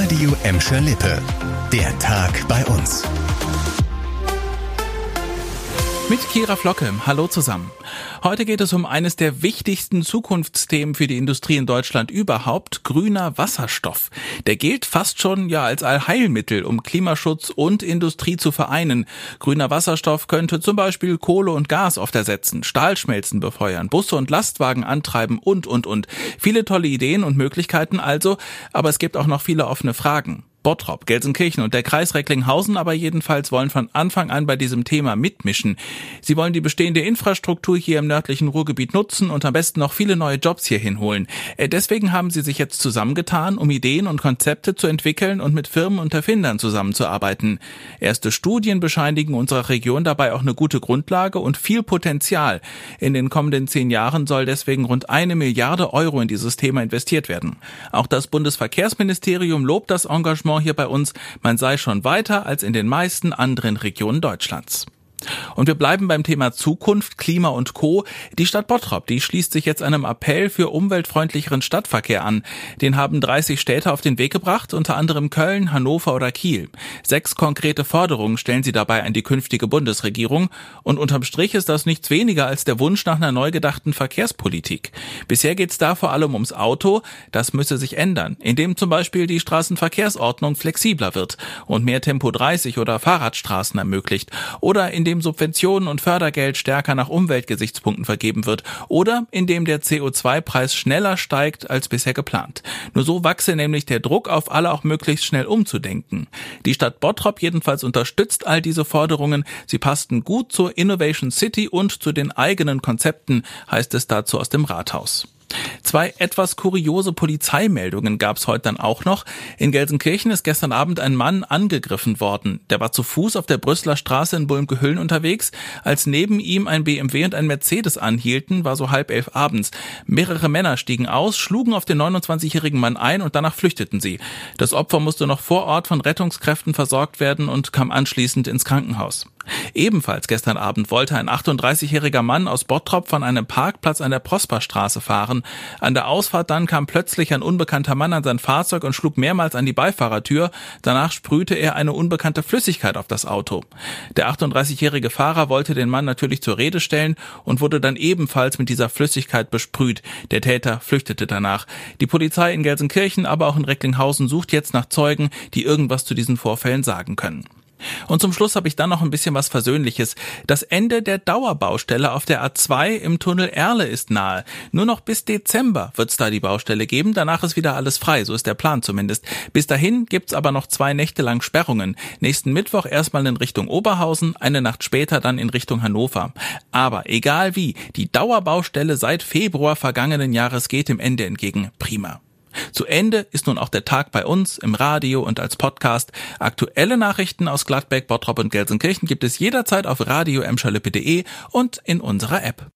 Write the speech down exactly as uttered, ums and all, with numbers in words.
Radio Emscher Lippe. Der Tag bei uns. Mit Kira Flocke. Hallo zusammen. Heute geht es um eines der wichtigsten Zukunftsthemen für die Industrie in Deutschland überhaupt, grüner Wasserstoff. Der gilt fast schon ja als Allheilmittel, um Klimaschutz und Industrie zu vereinen. Grüner Wasserstoff könnte zum Beispiel Kohle und Gas oft ersetzen, Stahlschmelzen befeuern, Busse und Lastwagen antreiben und, und, und. Viele tolle Ideen und Möglichkeiten also, aber es gibt auch noch viele offene Fragen. Bottrop, Gelsenkirchen und der Kreis Recklinghausen aber jedenfalls wollen von Anfang an bei diesem Thema mitmischen. Sie wollen die bestehende Infrastruktur hier im nördlichen Ruhrgebiet nutzen und am besten noch viele neue Jobs hier hinholen. Deswegen haben sie sich jetzt zusammengetan, um Ideen und Konzepte zu entwickeln und mit Firmen und Erfindern zusammenzuarbeiten. Erste Studien bescheinigen unserer Region dabei auch eine gute Grundlage und viel Potenzial. In den kommenden zehn Jahren soll deswegen rund eine Milliarde Euro in dieses Thema investiert werden. Auch das Bundesverkehrsministerium lobt das Engagement hier bei uns, man sei schon weiter als in den meisten anderen Regionen Deutschlands. Und wir bleiben beim Thema Zukunft, Klima und Co. Die Stadt Bottrop, die schließt sich jetzt einem Appell für umweltfreundlicheren Stadtverkehr an. Den haben dreißig Städte auf den Weg gebracht, unter anderem Köln, Hannover oder Kiel. Sechs konkrete Forderungen stellen sie dabei an die künftige Bundesregierung. Und unterm Strich ist das nichts weniger als der Wunsch nach einer neu gedachten Verkehrspolitik. Bisher geht es da vor allem ums Auto. Das müsse sich ändern, indem zum Beispiel die Straßenverkehrsordnung flexibler wird und mehr Tempo dreißig oder Fahrradstraßen ermöglicht. Oder indem Subventionen und Fördergeld stärker nach Umweltgesichtspunkten vergeben wird oder indem der C O zwei Preis schneller steigt als bisher geplant. Nur so wachse nämlich der Druck auf alle auch möglichst schnell umzudenken. Die Stadt Bottrop jedenfalls unterstützt all diese Forderungen. Sie passten gut zur Innovation City und zu den eigenen Konzepten, heißt es dazu aus dem Rathaus. Zwei etwas kuriose Polizeimeldungen gab es heute dann auch noch. In Gelsenkirchen ist gestern Abend ein Mann angegriffen worden. Der war zu Fuß auf der Brüsseler Straße in Bulmkehüllen unterwegs. Als neben ihm ein B M W und ein Mercedes anhielten, war so halb elf abends. Mehrere Männer stiegen aus, schlugen auf den neunundzwanzigjährigen Mann ein und danach flüchteten sie. Das Opfer musste noch vor Ort von Rettungskräften versorgt werden und kam anschließend ins Krankenhaus. Ebenfalls gestern Abend wollte ein achtunddreißigjähriger Mann aus Bottrop von einem Parkplatz an der Prosperstraße fahren. An der Ausfahrt dann kam plötzlich ein unbekannter Mann an sein Fahrzeug und schlug mehrmals an die Beifahrertür. Danach sprühte er eine unbekannte Flüssigkeit auf das Auto. Der achtunddreißigjährige Fahrer wollte den Mann natürlich zur Rede stellen und wurde dann ebenfalls mit dieser Flüssigkeit besprüht. Der Täter flüchtete danach. Die Polizei in Gelsenkirchen, aber auch in Recklinghausen sucht jetzt nach Zeugen, die irgendwas zu diesen Vorfällen sagen können. Und zum Schluss habe ich dann noch ein bisschen was Versöhnliches. Das Ende der Dauerbaustelle auf der A zwei im Tunnel Erle ist nahe. Nur noch bis Dezember wird es da die Baustelle geben, danach ist wieder alles frei, so ist der Plan zumindest. Bis dahin gibt's aber noch zwei Nächte lang Sperrungen. Nächsten Mittwoch erstmal in Richtung Oberhausen, eine Nacht später dann in Richtung Hannover. Aber egal wie, die Dauerbaustelle seit Februar vergangenen Jahres geht dem Ende entgegen. Prima. Zu Ende ist nun auch der Tag bei uns im Radio und als Podcast. Aktuelle Nachrichten aus Gladbeck, Bottrop und Gelsenkirchen gibt es jederzeit auf radio emscher lippe punkt de und in unserer App.